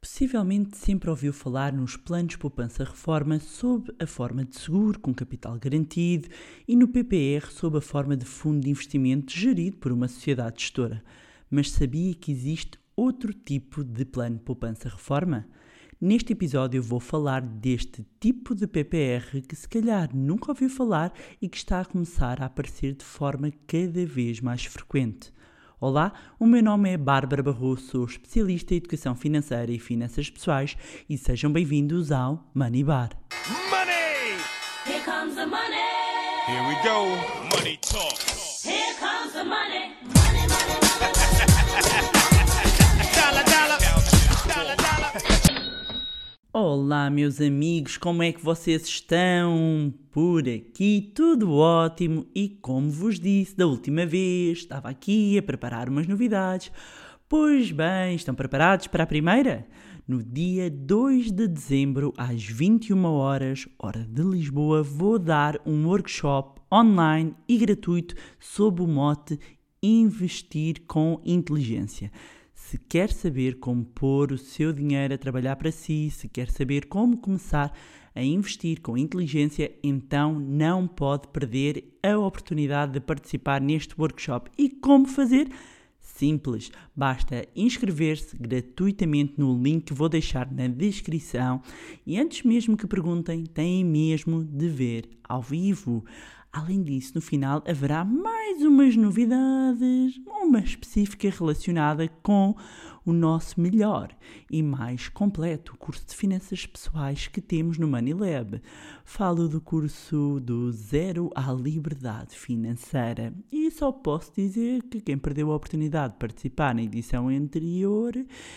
Possivelmente sempre ouviu falar nos planos poupança-reforma sob a forma de seguro com capital garantido e no PPR sob a forma de fundo de investimento gerido por uma sociedade gestora. Mas sabia que existe outro tipo de plano poupança-reforma? Neste episódio eu vou falar deste tipo de PPR que se calhar nunca ouviu falar e que está a começar a aparecer de forma cada vez mais frequente. Olá, o meu nome é Bárbara Barroso, sou especialista em educação financeira e finanças pessoais e sejam bem-vindos ao Money Bar. Money! Here comes the money. Here we go. Money talk. Here comes the money. Money, money, money, money. Dollar, dollar. Dollar, dollar. Olá, meus amigos, como é que vocês estão? Por aqui tudo ótimo e como vos disse da última vez, estava aqui a preparar umas novidades. Pois bem, estão preparados para a primeira? No dia 2 de dezembro, às 21 horas, hora de Lisboa, vou dar um workshop online e gratuito sob o mote Investir com Inteligência. Se quer saber como pôr o seu dinheiro a trabalhar para si, se quer saber como começar a investir com inteligência, então não pode perder a oportunidade de participar neste workshop. E como fazer? Simples, basta inscrever-se gratuitamente no link que vou deixar na descrição e antes mesmo que perguntem, têm mesmo de ver ao vivo. Além disso, no final haverá mais umas novidades, uma específica relacionada com o nosso melhor e mais completo curso de finanças pessoais que temos no Money Lab. Falo do curso do Zero à Liberdade Financeira e só posso dizer que quem perdeu a oportunidade de participar na edição anterior,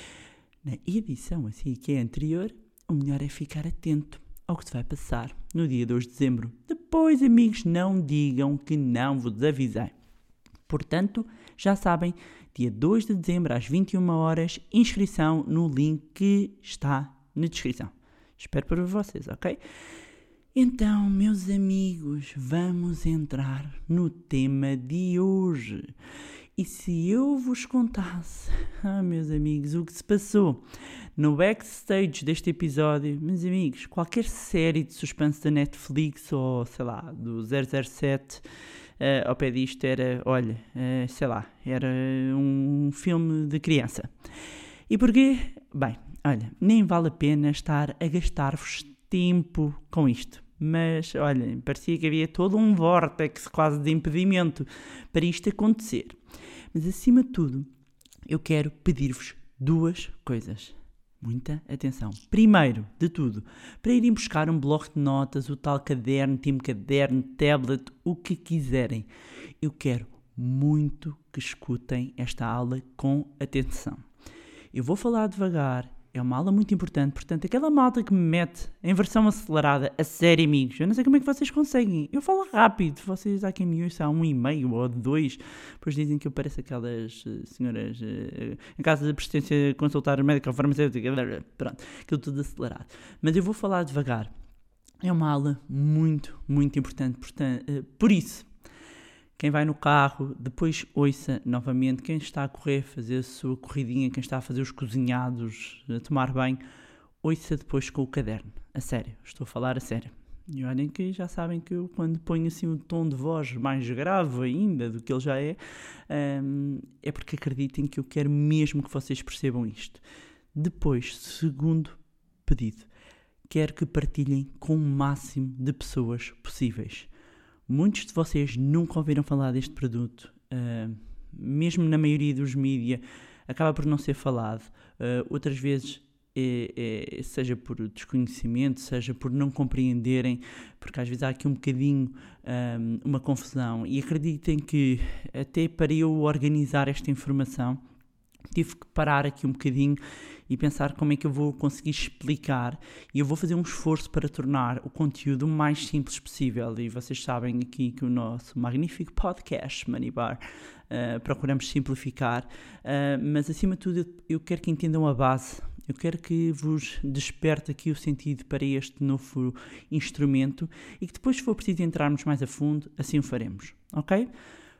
o melhor é ficar atento ao que se vai passar no dia 2 de dezembro. Depois, amigos, não digam que não vos avisei. Portanto, já sabem, dia 2 de dezembro às 21 horas, inscrição no link que está na descrição. Espero por vocês, ok? Então, meus amigos, vamos entrar no tema de hoje. E se eu vos contasse, meus amigos, o que se passou no backstage deste episódio, meus amigos, qualquer série de suspense da Netflix ou, sei lá, do 007, ao pé disto era, era um filme de criança. E porquê? Bem, olha, nem vale a pena estar a gastar-vos tempo com isto. Mas, olha, parecia que havia todo um vórtice quase de impedimento para isto acontecer. Mas, acima de tudo, eu quero pedir-vos duas coisas. Muita atenção. Primeiro de tudo, para irem buscar um bloco de notas, o tal caderno, time caderno, tablet, o que quiserem. Eu quero muito que escutem esta aula com atenção. Eu vou falar devagar. É uma aula muito importante, portanto, aquela malta que me mete em versão acelerada, a sério, amigos, eu não sei como é que vocês conseguem. Eu falo rápido, vocês há quem me ouça a 1,5 ou 2, depois dizem que eu pareço aquelas senhoras em casa de persistência consultar médico ou farmacêutico, pronto, aquilo tudo acelerado. Mas eu vou falar devagar. É uma aula muito, muito importante, portanto, por isso. Quem vai no carro, depois ouça novamente. Quem está a correr, fazer a sua corridinha, quem está a fazer os cozinhados, a tomar banho, ouça depois com o caderno. A sério, estou a falar a sério. E olhem que já sabem que eu, quando ponho assim um tom de voz mais grave ainda do que ele já é porque acreditem que eu quero mesmo que vocês percebam isto. Depois, segundo pedido, quero que partilhem com o máximo de pessoas possíveis. Muitos de vocês nunca ouviram falar deste produto, mesmo na maioria dos mídias, acaba por não ser falado. Outras vezes, seja por desconhecimento, seja por não compreenderem, porque às vezes há aqui um bocadinho uma confusão. E acreditem que até para eu organizar esta informação, tive que parar aqui um bocadinho e pensar como é que eu vou conseguir explicar, e eu vou fazer um esforço para tornar o conteúdo o mais simples possível. E vocês sabem aqui que o nosso magnífico podcast Money Bar procuramos simplificar, mas acima de tudo eu quero que entendam a base. Eu quero que vos desperte aqui o sentido para este novo instrumento e que depois, se for preciso entrarmos mais a fundo, assim o faremos, ok?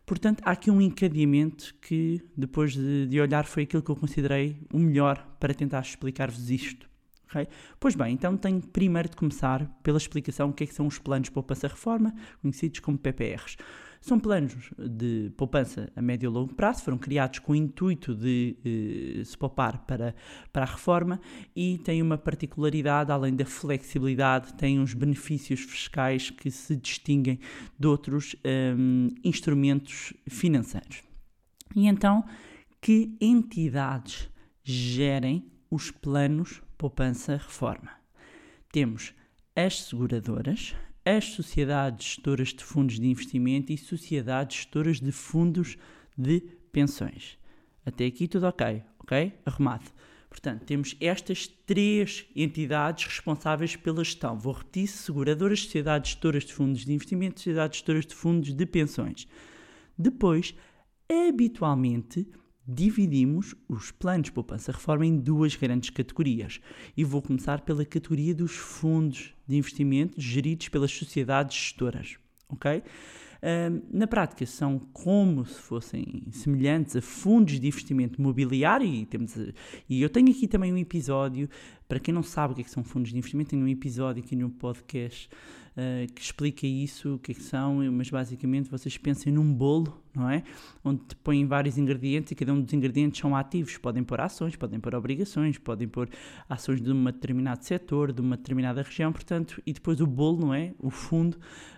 Portanto, há aqui um encadeamento que, depois de olhar, foi aquilo que eu considerei o melhor para tentar explicar-vos isto. Okay? Pois bem, então tenho primeiro de começar pela explicação do que é que são os planos de poupança-reforma, conhecidos como PPRs. São planos de poupança a médio e longo prazo, foram criados com o intuito de se poupar para a reforma e têm uma particularidade, além da flexibilidade, têm uns benefícios fiscais que se distinguem de outros instrumentos financeiros. E então, que entidades gerem os planos poupança-reforma? Temos as seguradoras, as sociedades gestoras de fundos de investimento e sociedades gestoras de fundos de pensões. Até aqui tudo ok? Arrumado. Portanto, temos estas 3 entidades responsáveis pela gestão. Vou repetir: seguradoras, sociedades gestoras de fundos de investimento, sociedades gestoras de fundos de pensões. Depois, habitualmente, dividimos os planos de poupança-reforma em 2 grandes categorias. E vou começar pela categoria dos fundos de investimento geridos pelas sociedades gestoras. Ok? Na prática, são como se fossem semelhantes a fundos de investimento imobiliário e eu tenho aqui também um episódio, para quem não sabe o que é que são fundos de investimento, tenho um episódio aqui no podcast que explica isso, o que é que são, mas basicamente vocês pensem num bolo, não é? Onde põem vários ingredientes e cada um dos ingredientes são ativos. Podem pôr ações, podem pôr obrigações, podem pôr ações de um determinado setor, de uma determinada região, portanto, e depois o bolo, não é? O fundo...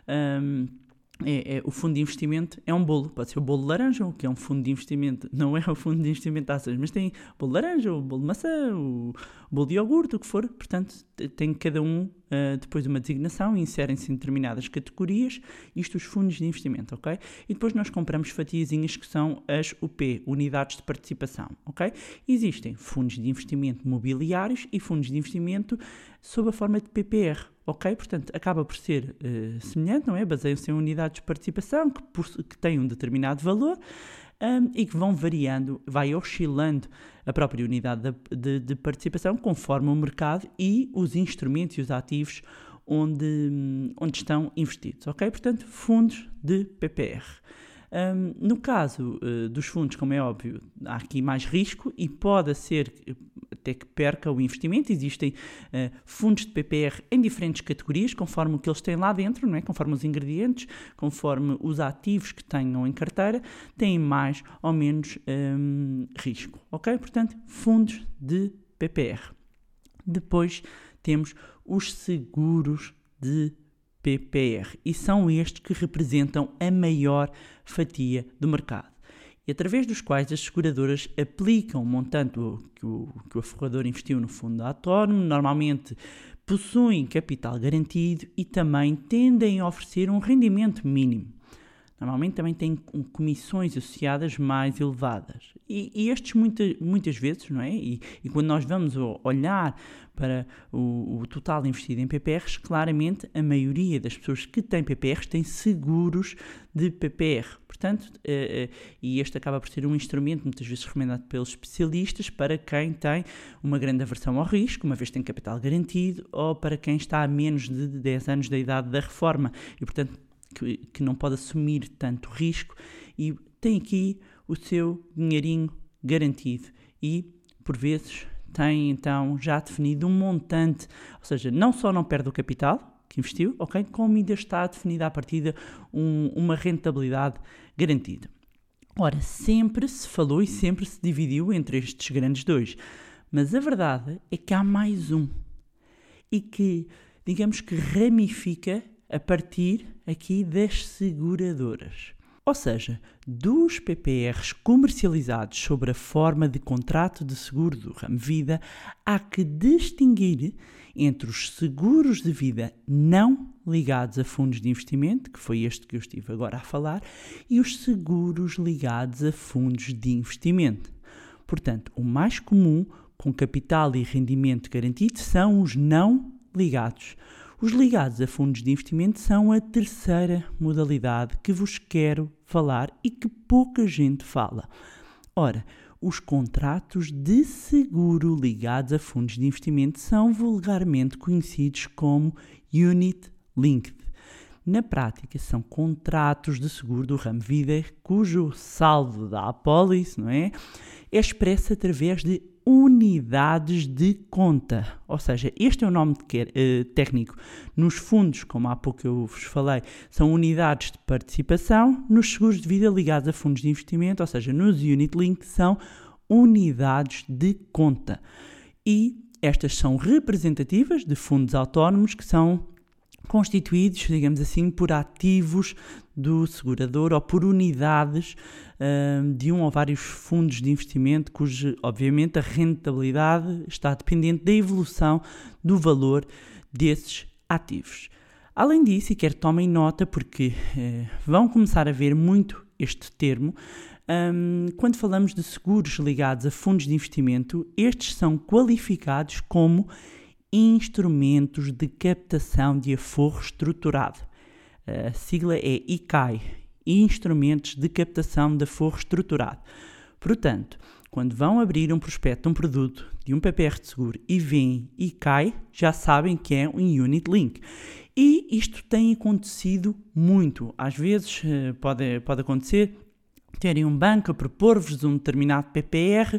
o fundo de investimento é um bolo, pode ser o bolo de laranja, o que é um fundo de investimento, não é o fundo de investimento de ações, mas tem o bolo de laranja, o bolo de maçã, o bolo de iogurte, o que for, portanto tem cada um depois uma designação e inserem-se em determinadas categorias, isto os fundos de investimento, ok? E depois nós compramos fatiazinhas que são as UP, unidades de participação, ok? Existem fundos de investimento mobiliários e fundos de investimento sob a forma de PPR, ok? Portanto, acaba por ser semelhante, não é? Baseiam-se em unidades de participação que têm um determinado valor e que vão variando, vai oscilando a própria unidade de participação conforme o mercado e os instrumentos e os ativos onde estão investidos, ok? Portanto, fundos de PPR. No caso dos fundos, como é óbvio, há aqui mais risco e pode ser até que perca o investimento. Existem fundos de PPR em diferentes categorias, conforme o que eles têm lá dentro, não é? Conforme os ingredientes, conforme os ativos que tenham em carteira, têm mais ou menos risco, ok? Portanto, fundos de PPR. Depois temos os seguros de PPR e são estes que representam a maior fatia do mercado e através dos quais as seguradoras aplicam o montante que o forrador investiu no fundo autónomo, normalmente possuem capital garantido e também tendem a oferecer um rendimento mínimo. Normalmente também têm comissões associadas mais elevadas. E estes muitas vezes, não é? E quando nós vamos olhar para o total investido em PPRs, claramente a maioria das pessoas que têm PPRs têm seguros de PPR. Portanto, e este acaba por ser um instrumento muitas vezes recomendado pelos especialistas para quem tem uma grande aversão ao risco, uma vez que tem capital garantido, ou para quem está a menos de 10 anos da idade da reforma. E, portanto, que não pode assumir tanto risco e tem aqui o seu dinheirinho garantido e, por vezes, tem então já definido um montante, ou seja, não só não perde o capital que investiu, ok, como ainda está definida à partida uma rentabilidade garantida. Ora, sempre se falou e sempre se dividiu entre estes grandes dois, mas a verdade é que há mais um e que, digamos que ramifica a partir aqui das seguradoras. Ou seja, dos PPRs comercializados sobre a forma de contrato de seguro do ramo vida, há que distinguir entre os seguros de vida não ligados a fundos de investimento, que foi este que eu estive agora a falar, e os seguros ligados a fundos de investimento. Portanto, o mais comum, com capital e rendimento garantido, são os não ligados. Os ligados a fundos de investimento são a terceira modalidade que vos quero falar e que pouca gente fala. Ora, os contratos de seguro ligados a fundos de investimento são vulgarmente conhecidos como Unit Linked. Na prática, são contratos de seguro do ramo vida cujo saldo da apólice, não é expresso através de unidades de conta. Ou seja, este é o nome técnico. Nos fundos, como há pouco eu vos falei, são unidades de participação. Nos seguros de vida ligados a fundos de investimento, ou seja, nos Unit Link, são unidades de conta. E estas são representativas de fundos autónomos que são constituídos, digamos assim, por ativos do segurador ou por unidades de um ou vários fundos de investimento cuja, obviamente, a rentabilidade está dependente da evolução do valor desses ativos. Além disso, e quero que tomem nota porque vão começar a ver muito este termo, quando falamos de seguros ligados a fundos de investimento, estes são qualificados como instrumentos de captação de aforro estruturado. A sigla é ICAI, Instrumentos de Captação de Aforro Estruturado. Portanto, quando vão abrir um prospecto de um produto, de um PPR de seguro e veem ICAI, já sabem que é um Unit Link. E isto tem acontecido muito. Às vezes pode acontecer terem um banco a propor-vos um determinado PPR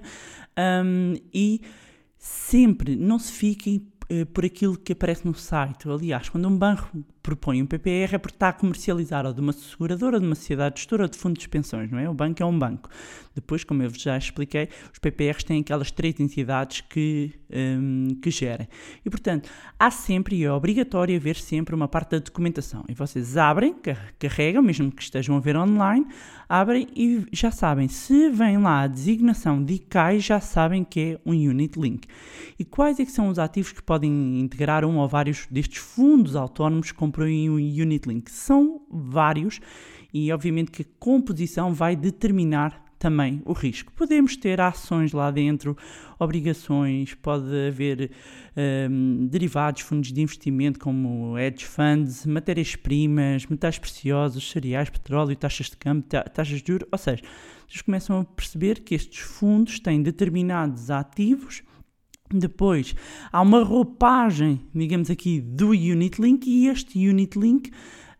e sempre não se fiquem por aquilo que aparece no site. Aliás, quando um banco propõe um PPR é porque está a comercializar ou de uma seguradora, ou de uma sociedade gestora ou de fundos de pensões, não é? O banco é um banco. Depois, como eu já expliquei, os PPRs têm aquelas 3 entidades que gerem. E, portanto, há sempre, e é obrigatório haver sempre uma parte da documentação. E vocês abrem, carregam, mesmo que estejam a ver online, abrem e já sabem, se vem lá a designação de ICAI, já sabem que é um Unit Link. E quais é que são os ativos que podem integrar um ou vários destes fundos autónomos que compram um Unit Link? São vários e obviamente que a composição vai determinar também o risco. Podemos ter ações lá dentro, obrigações, pode haver derivados, fundos de investimento como hedge funds, matérias-primas, metais preciosos, cereais, petróleo, taxas de câmbio, taxas de juros, ou seja, vocês começam a perceber que estes fundos têm determinados ativos. Depois, há uma roupagem, digamos aqui, do Unit Link e este Unit Link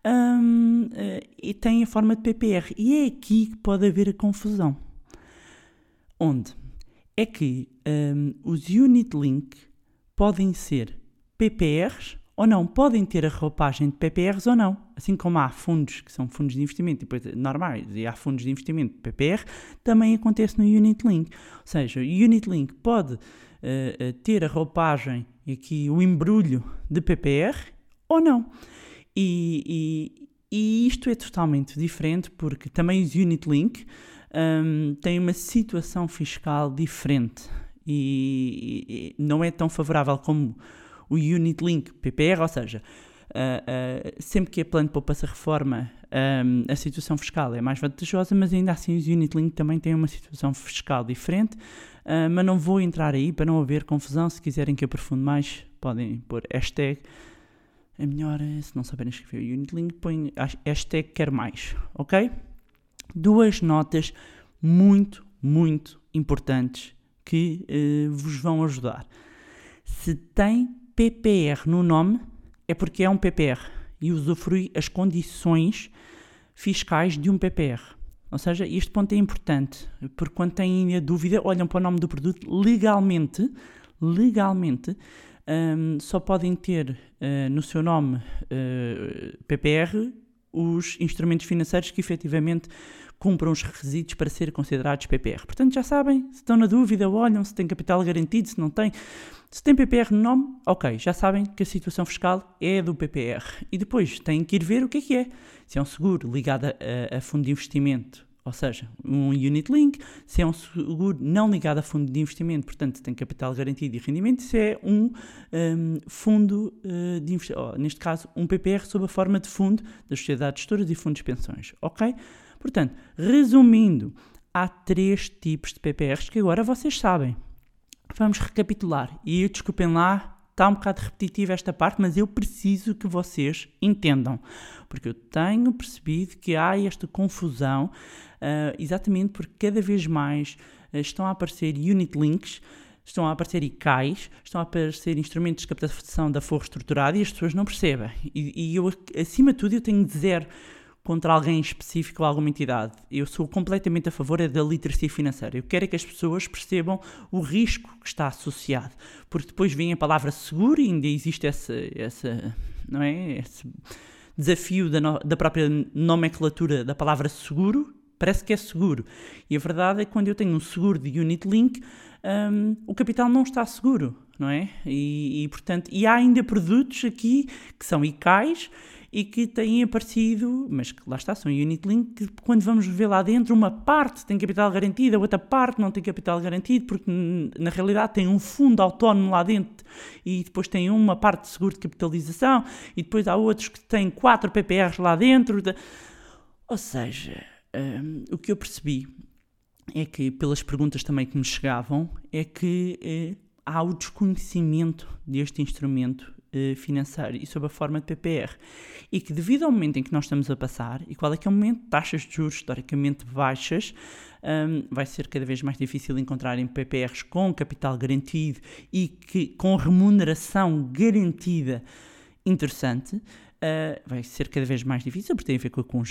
e tem a forma de PPR. E é aqui que pode haver a confusão. Onde? É que os Unit Link podem ser PPRs ou não, podem ter a roupagem de PPRs ou não. Assim como há fundos que são fundos de investimento depois, normais e há fundos de investimento de PPR, também acontece no Unit Link. Ou seja, o Unit Link pode ter a roupagem e aqui o embrulho de PPR ou não. E isto é totalmente diferente porque também os Unit Link têm uma situação fiscal diferente e não é tão favorável como o Unit Link PPR, ou seja, sempre que é plano de poupança-reforma a situação fiscal é mais vantajosa, mas ainda assim os Unit Link também têm uma situação fiscal diferente, mas não vou entrar aí para não haver confusão. Se quiserem que eu aprofunde mais, podem pôr hashtag. É melhor, se não saberem escrever o Unit Link, põem hashtag quer mais, ok? 2 notas muito, muito importantes que vos vão ajudar. Se tem PPR no nome, é porque é um PPR e usufrui as condições fiscais de um PPR. Ou seja, este ponto é importante, porque quando têm a dúvida, olham para o nome do produto legalmente, só podem ter no seu nome PPR os instrumentos financeiros que efetivamente cumpram os requisitos para serem considerados PPR. Portanto, já sabem, se estão na dúvida, olham se tem capital garantido, se não tem. Se tem PPR no nome, ok, já sabem que a situação fiscal é do PPR. E depois têm que ir ver o que é. Se é um seguro ligado a fundo de investimento, ou seja, um Unit Link, se é um seguro não ligado a fundo de investimento, portanto tem capital garantido e rendimento, se é um fundo de investimento, neste caso um PPR sob a forma de fundo das sociedades gestoras e fundos de pensões, ok? Portanto, resumindo, há 3 tipos de PPRs que agora vocês sabem. Vamos recapitular. E desculpem lá, está um bocado repetitiva esta parte, mas eu preciso que vocês entendam. Porque eu tenho percebido que há esta confusão, exatamente porque cada vez mais estão a aparecer Unit Links estão a aparecer ICAIs, estão a aparecer instrumentos de captação da forro estruturado e as pessoas não percebem. E eu, acima de tudo, eu tenho zero contra alguém específico ou alguma entidade. Eu sou completamente a favor da literacia financeira. Eu quero é que as pessoas percebam o risco que está associado. Porque depois vem a palavra seguro e ainda existe não é? Esse desafio da própria nomenclatura da palavra seguro. Parece que é seguro. E a verdade é que quando eu tenho um seguro de Unit Link, o capital não está seguro, não é? Portanto, há ainda produtos aqui que são ICAIs e que têm aparecido, mas que lá está, são Unit Link, que quando vamos ver lá dentro, uma parte tem capital garantido, a outra parte não tem capital garantido, porque na realidade tem um fundo autónomo lá dentro e depois tem uma parte de seguro de capitalização e depois há outros que têm 4 PPRs lá dentro. Ou seja, o que eu percebi é que, pelas perguntas também que me chegavam, é que há o desconhecimento deste instrumento financeiro e sob a forma de PPR, e que devido ao momento em que nós estamos a passar, e qual é que é o momento de taxas de juros historicamente baixas, vai ser cada vez mais difícil encontrarem PPRs com capital garantido e que com remuneração garantida interessante. Vai ser cada vez mais difícil, porque tem a ver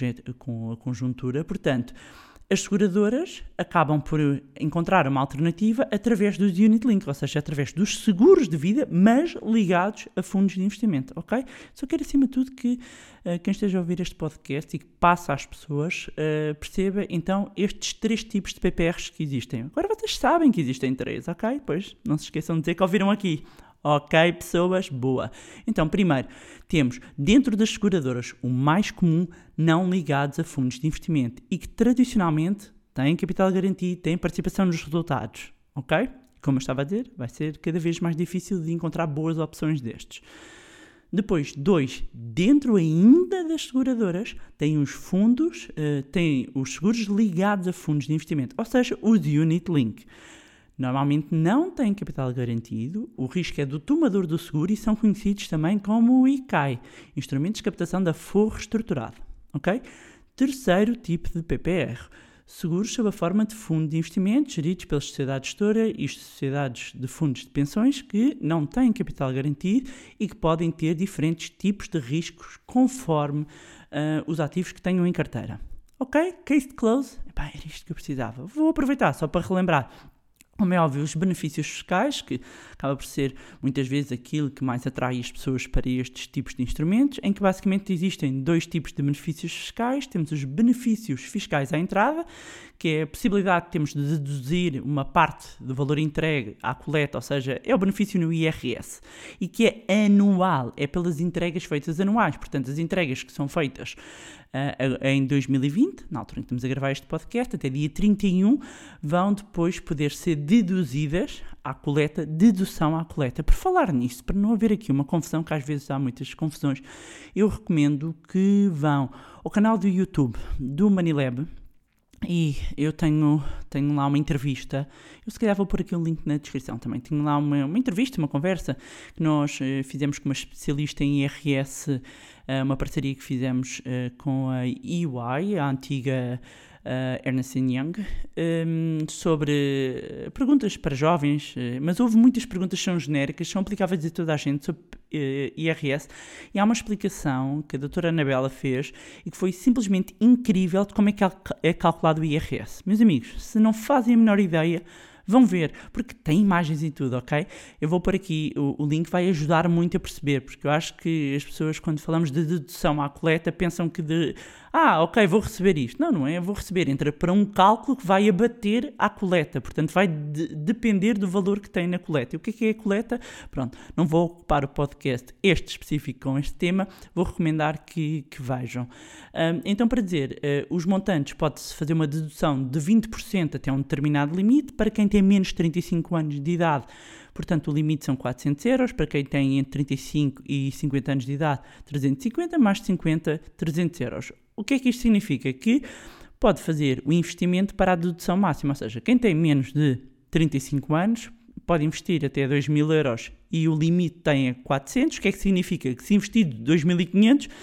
com a conjuntura. Portanto, as seguradoras acabam por encontrar uma alternativa através dos Unit Link, ou seja, através dos seguros de vida, mas ligados a fundos de investimento, ok? Só quero, acima de tudo, que quem esteja a ouvir este podcast e que passa às pessoas perceba, então, estes 3 tipos de PPRs que existem. Agora vocês sabem que existem 3, ok? Pois, não se esqueçam de dizer que ouviram aqui. Ok, pessoas, boa. Então, primeiro, temos dentro das seguradoras o mais comum, não ligados a fundos de investimento e que tradicionalmente têm capital garantido, têm participação nos resultados, ok? Como eu estava a dizer, vai ser cada vez mais difícil de encontrar boas opções destes. Depois, 2, dentro ainda das seguradoras, têm os fundos, têm os seguros ligados a fundos de investimento, ou seja, os Unit Link. Normalmente não têm capital garantido, o risco é do tomador do seguro e são conhecidos também como o ICAI, Instrumentos de Captação da Forro Estruturado. Okay? Terceiro tipo de PPR, seguros sob a forma de fundo de investimento geridos pela sociedade gestora e sociedades de fundos de pensões que não têm capital garantido e que podem ter diferentes tipos de riscos conforme os ativos que tenham em carteira. Ok? Case close. Epá, era isto que eu precisava. Vou aproveitar só para relembrar. Como é óbvio, os benefícios fiscais, que acaba por ser muitas vezes aquilo que mais atrai as pessoas para estes tipos de instrumentos, em que basicamente existem 2 tipos de benefícios fiscais. Temos os benefícios fiscais à entrada, que é a possibilidade que temos de deduzir uma parte do valor entregue à coleta, ou seja, é o benefício no IRS, e que é anual, é pelas entregas feitas anuais. Portanto, as entregas que são feitas em 2020, na altura em que estamos a gravar este podcast, até dia 31, vão depois poder ser deduzidas à coleta, dedução à coleta. Por falar nisso, para não haver aqui uma confusão, que às vezes há muitas confusões, eu recomendo que vão ao canal do YouTube do Money-Lab, e eu tenho lá uma entrevista, eu se calhar vou pôr aqui um link na descrição também, tenho lá uma entrevista, uma conversa que nós fizemos com uma especialista em IRS, uma parceria que fizemos com a EY, a antiga Ernst & Young, sobre perguntas para jovens, mas houve muitas perguntas que são genéricas, são aplicáveis a toda a gente sobre IRS, e há uma explicação que a doutora Anabela fez e que foi simplesmente incrível de como é calculado o IRS. Meus amigos, se não fazem a menor ideia, vão ver, porque tem imagens e tudo, ok? Eu vou pôr aqui, o link vai ajudar muito a perceber, porque eu acho que as pessoas, quando falamos de dedução à coleta, pensam que ok, vou receber isto. Não é, vou receber, entra para um cálculo que vai abater à coleta, portanto vai depender do valor que tem na coleta. E o que é a coleta? Pronto, não vou ocupar o podcast este específico com este tema, vou recomendar que vejam. Então, para dizer, os montantes, pode-se fazer uma dedução de 20% até um determinado limite, para quem tem menos de 35 anos de idade. Portanto, o limite são 400 euros, para quem tem entre 35 e 50 anos de idade, 350, mais de 50, 300 euros. O que é que isto significa? Que pode fazer o investimento para a dedução máxima, ou seja, quem tem menos de 35 anos pode investir até 2.000 euros e o limite tem a 400. O que é que significa? Que se investir 2.500,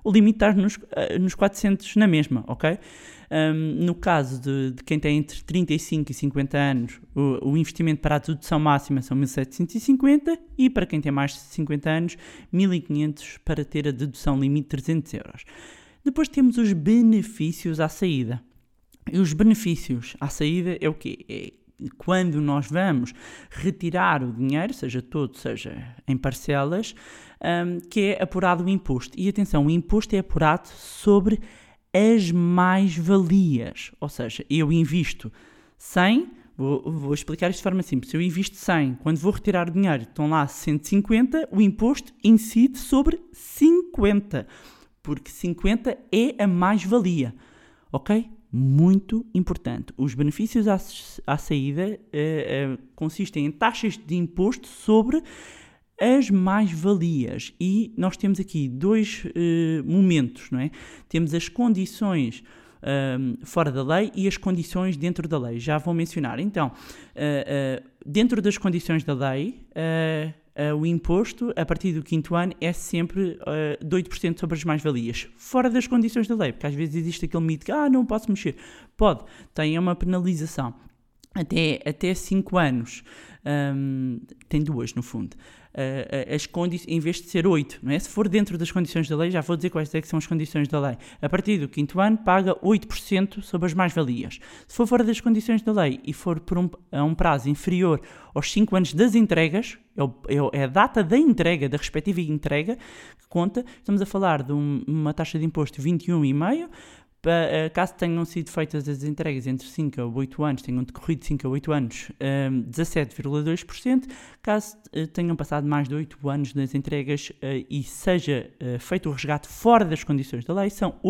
o limite está nos 400 na mesma, ok? No caso de quem tem entre 35 e 50 anos, o investimento para a dedução máxima são 1.750 e para quem tem mais de 50 anos, 1.500 para ter a dedução limite de 300 euros. Depois temos os benefícios à saída. E os benefícios à saída é o quê? É quando nós vamos retirar o dinheiro, seja todo, seja em parcelas, que é apurado o imposto. E atenção, o imposto é apurado sobre as mais-valias. Ou seja, eu invisto 100, vou explicar isto de forma simples. Se eu invisto 100, quando vou retirar o dinheiro, estão lá 150, o imposto incide sobre 50. Porque 50 é a mais-valia. Ok? Muito importante. Os benefícios à saída consistem em taxas de imposto sobre as mais-valias. E nós temos aqui dois momentos, não é? Temos as condições fora da lei e as condições dentro da lei. Já vou mencionar. Então, dentro das condições da lei, o imposto, a partir do 5º ano, é sempre de 8% sobre as mais-valias. Fora das condições da lei, porque às vezes existe aquele mito que não posso mexer. Pode, tem uma penalização. Até 5 anos, tem 2 no fundo. Em vez de ser 8, não é? Se for dentro das condições da lei, já vou dizer quais é que são as condições da lei. A partir do 5º ano, paga 8% sobre as mais-valias. Se for fora das condições da lei e for a um prazo inferior aos 5 anos das entregas, é a data da entrega, da respectiva entrega, que conta. Estamos a falar de uma taxa de imposto de 21,5%. Caso tenham sido feitas as entregas entre 5 a 8 anos, tenham decorrido 5 a 8 anos, 17,2%. Caso tenham passado mais de 8 anos das entregas e seja feito o resgate fora das condições da lei, são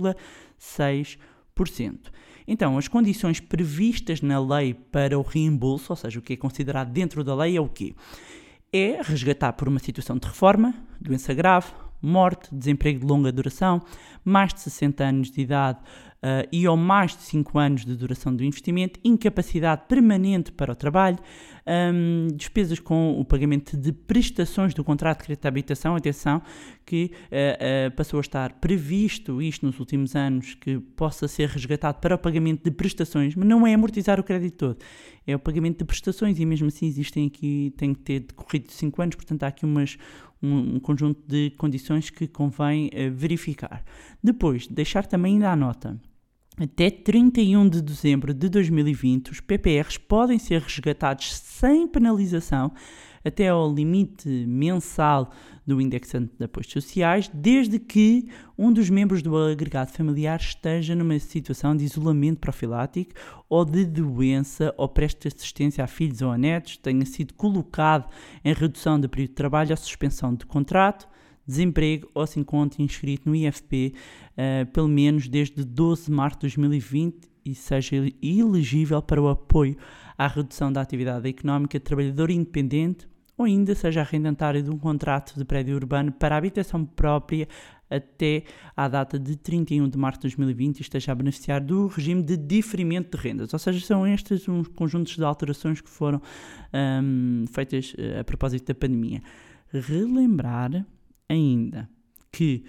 8,6%. Então, as condições previstas na lei para o reembolso, ou seja, o que é considerado dentro da lei, é o quê? É resgatar por uma situação de reforma, doença grave, morte, desemprego de longa duração, mais de 60 anos de idade e ou mais de 5 anos de duração do investimento, incapacidade permanente para o trabalho, despesas com o pagamento de prestações do contrato de crédito de habitação. Atenção que passou a estar previsto isto nos últimos anos, que possa ser resgatado para o pagamento de prestações, mas não é amortizar o crédito todo, é o pagamento de prestações, e mesmo assim tem que ter decorrido 5 anos, portanto há aqui um conjunto de condições que convém verificar. Depois, deixar também ainda a nota. Até 31 de dezembro de 2020, os PPRs podem ser resgatados sem penalização até ao limite mensal do indexante de apoios sociais, desde que um dos membros do agregado familiar esteja numa situação de isolamento profilático ou de doença ou preste assistência a filhos ou a netos, tenha sido colocado em redução de período de trabalho ou suspensão de contrato, desemprego ou se encontre inscrito no IFP pelo menos desde 12 de março de 2020 e seja elegível para o apoio à redução da atividade económica de trabalhador independente ou ainda seja arrendatário de um contrato de prédio urbano para habitação própria até à data de 31 de março de 2020 e esteja a beneficiar do regime de diferimento de rendas. Ou seja, são estes uns conjuntos de alterações que foram feitas a propósito da pandemia. Relembrar ainda que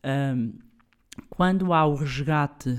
quando há o resgate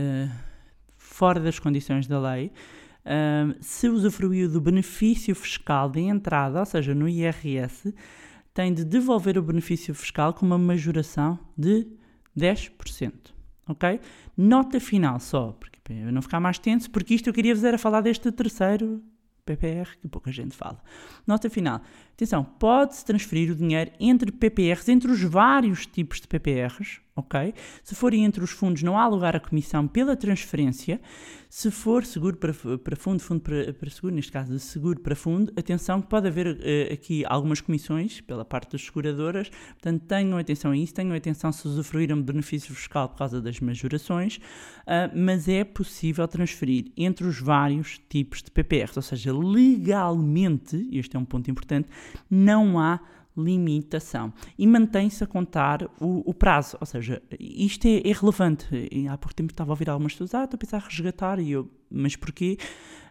fora das condições da lei, se usufruiu do benefício fiscal de entrada, ou seja, no IRS, tem de devolver o benefício fiscal com uma majoração de 10%. Ok? Nota final só, porque eu não ficar mais tenso, porque isto eu queria-vos era falar deste terceiro PPR, que pouca gente fala. Nota final. Atenção, pode-se transferir o dinheiro entre PPRs, entre os vários tipos de PPRs, ok? Se forem entre os fundos, não há lugar a comissão pela transferência. Se for seguro para fundo, fundo para seguro, neste caso de seguro para fundo, atenção que pode haver aqui algumas comissões pela parte das seguradoras, portanto tenham atenção a isso, tenham atenção se usufruíram de benefício fiscal por causa das majorações, mas é possível transferir entre os vários tipos de PPRs, ou seja, legalmente, este é um ponto importante, não há limitação e mantém-se a contar o prazo, ou seja, isto é relevante. Há pouco tempo estava a ouvir algumas pessoas, estou a pensar em resgatar, mas porquê?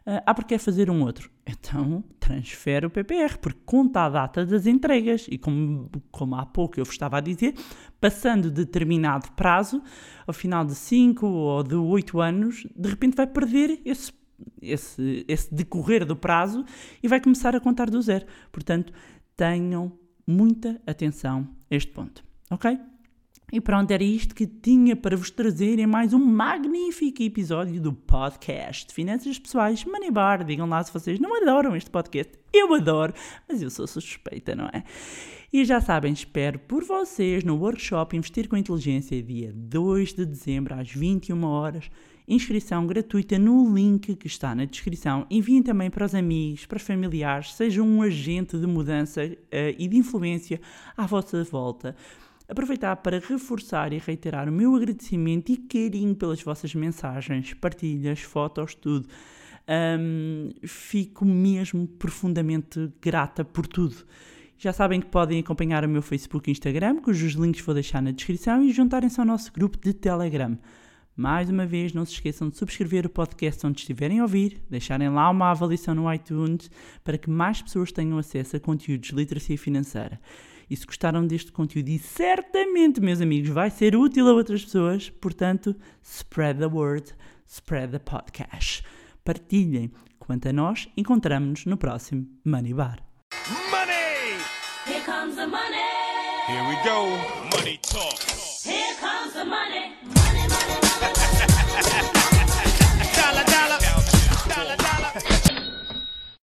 Porque quer fazer um outro. Então, transfere o PPR, porque conta a data das entregas. E como há pouco eu vos estava a dizer, passando determinado prazo, ao final de 5 ou de 8 anos, de repente vai perder esse decorrer do prazo e vai começar a contar do zero. Portanto, tenham muita atenção a este ponto. Ok? E pronto, era isto que tinha para vos trazer em mais um magnífico episódio do podcast de Finanças Pessoais Money Bar. Digam lá se vocês não adoram este podcast. Eu adoro, mas eu sou suspeita, não é? E já sabem, espero por vocês no workshop Investir com Inteligência, dia 2 de dezembro, às 21 horas. Inscrição gratuita no link que está na descrição. Enviem também para os amigos, para os familiares, sejam um agente de mudança e de influência à vossa volta. Aproveitar para reforçar e reiterar o meu agradecimento e carinho pelas vossas mensagens, partilhas, fotos, tudo. Fico mesmo profundamente grata por tudo. Já sabem que podem acompanhar o meu Facebook e Instagram, cujos links vou deixar na descrição, e juntarem-se ao nosso grupo de Telegram. Mais uma vez, não se esqueçam de subscrever o podcast onde estiverem a ouvir, deixarem lá uma avaliação no iTunes para que mais pessoas tenham acesso a conteúdos de literacia financeira. E se gostaram deste conteúdo, e certamente, meus amigos, vai ser útil a outras pessoas, portanto, spread the word, spread the podcast. Partilhem. Quanto a nós, encontramos-nos no próximo Money Bar. Money! Here comes the money. Here we go. Money talk. Here comes the money.